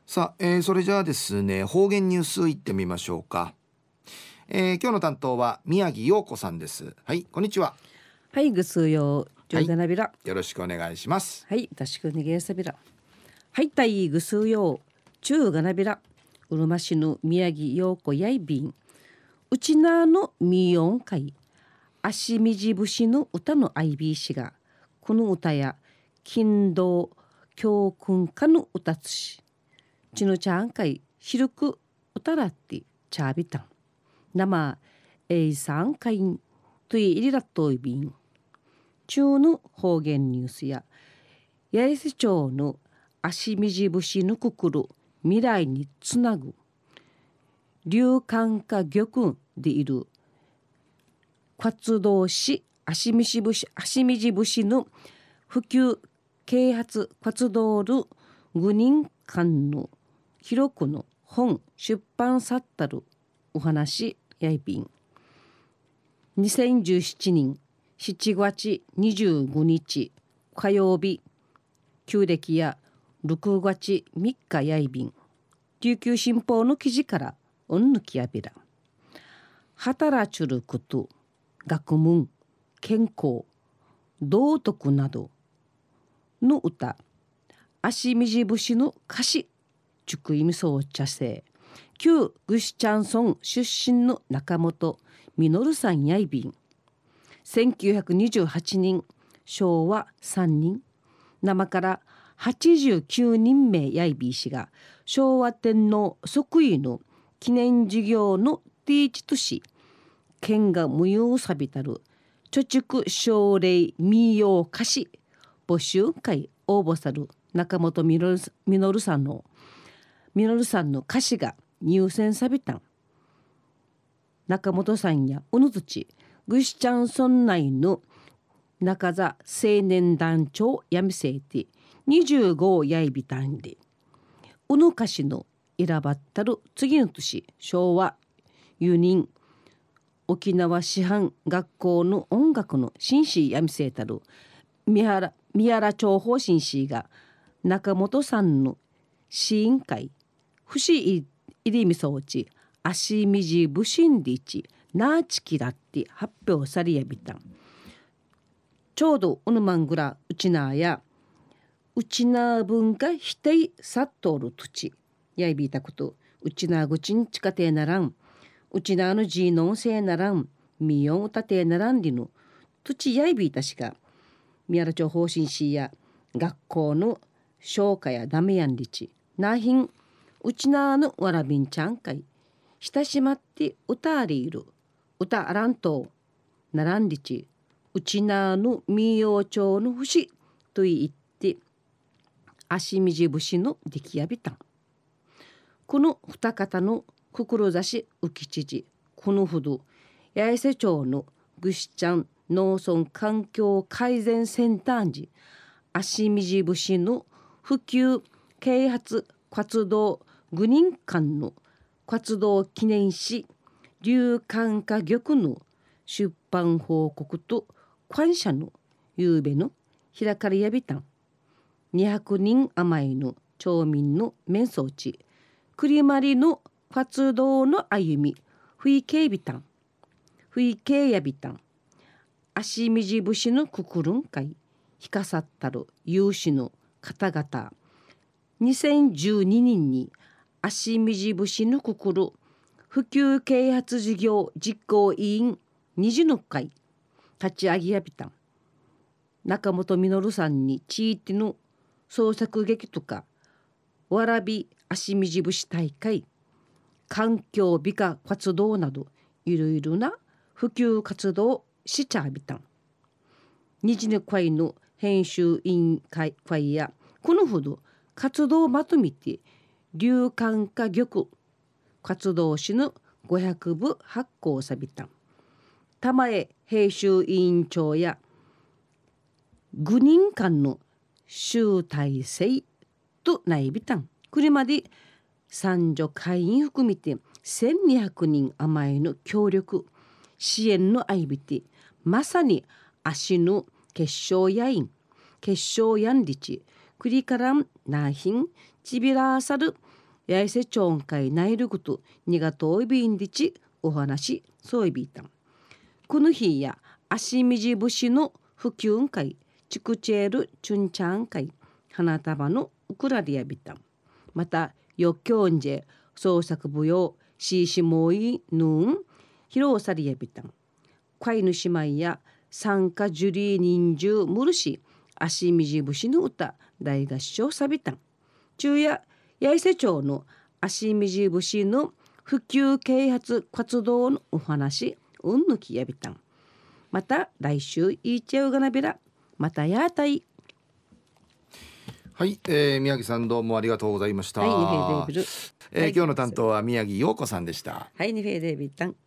さあ、それじゃあですね、方言ニュースいってみましょうか。今日の担当は宮城陽子さんです。はい、こんにちは。 はい、ぐすよ、じはい、 ゅうがなびら。 よろしくお願いします。 はい、たしくにげさびら。はい、たいぐすよ、ちゅうがなびら。うるま市の宮城陽子やいびん。うちなのみよんかい。足みじ節の歌のあいびいしが、この歌や、金道教訓歌の歌つし。ちのちゃんかい、しるく歌らってちゃびたん。生、えいさんかいん、といいりらっといびん。中の方言ニュースや八重瀬町の足みじ節のくくる未来につなぐ流感化玉でいる活動し足みじ節の普及啓発活動る5人間の記録の本出版さったるお話やいびん2017年7月25日火曜日旧暦や6月3日やいびん琉球新報の記事からおんぬきやびら働ちゅること学問健康道徳などの歌足みじ節の歌詞熟意味そう茶せ旧グシチャンソン出身の中本実さんやいびん1928年昭和3人生から89人目やいびいしが昭和天皇即位の記念事業のティーチとし県が無用さびたる貯蓄奨励民謡歌詞募集会応募さる中本実さんの歌詞が入選さびたん中本さんやおぬずちグシチャン村内の中座青年団長やみせいて25やいびたんでうぬかしの選ばったる次の年昭和4人沖縄師範学校の音楽の紳士やみせいたる宮原長報紳士が中本さんの試飲会不思議入りみそうち足みじぶしんでいちなあちきらって発表されやびたんちょうどうぬまんぐらうちなやうちな文化否定さっとおる土地やいびいたことうちなぐちんちかてならんうちなのじーのんせいならんみよんうたてならんりの土地やいびいたしが宮原町方針しや学校の紹介やダメやんりちなひんうちなのわらびんちゃんかい親しまって歌ありいる歌あらんとならんりちうちなの民謡町の節と言って足みじ節の出来やびたんこの二方の志浮き知事このほど八重瀬町のぐしちゃん農村環境改善センターに足みじ節の普及啓発活動5人間の活動を記念し流感化玉の出版報告と感謝の夕べの開かれやびたん200人余りの町民の面相地栗まりの活動の歩みふいけいびたんふいけいやびたん足みじ節のくくるんかいひかさったる有志の方々2012年に足みじ節のくくる普及啓発事業実行委員20の会立ち上げやびたん中本実さんに地域の創作劇とかわらび足みじ節大会環境美化活動などいろいろな普及活動をしちゃびたん日の会の編集委員会やこのほど活動をまとめて流感化玉活動誌の500部発行さびたん玉江編集委員長や5人間の集大成とないびたんこれまで三女会員含めて1200人余りの協力支援の相びてまさに足の結晶やいん結晶やんりち栗からんなひんちびらさるやいせちょんかいないることにがといびんでちお話そういびいたん。この日や足みじ節の普及会チクチェールチュンチャン会花束のウクラリアビタン。またよっきょんじぇ創作舞踊シーシモイヌーン披露さりやびたん。飼い主舞や参加ジュリー人数ムルシ足みじ節の歌大合唱さびたん。中夜八重瀬町の足みじ節の普及啓発活動のお話うんぬきやびたん。また来週いいちゃうがなびらまたやたい。 はい、宮城さんどうもありがとうございました。 はい、ニフェーデービル。 今日の担当は宮城陽子さんでした。 はい、ニフェーデービルタン。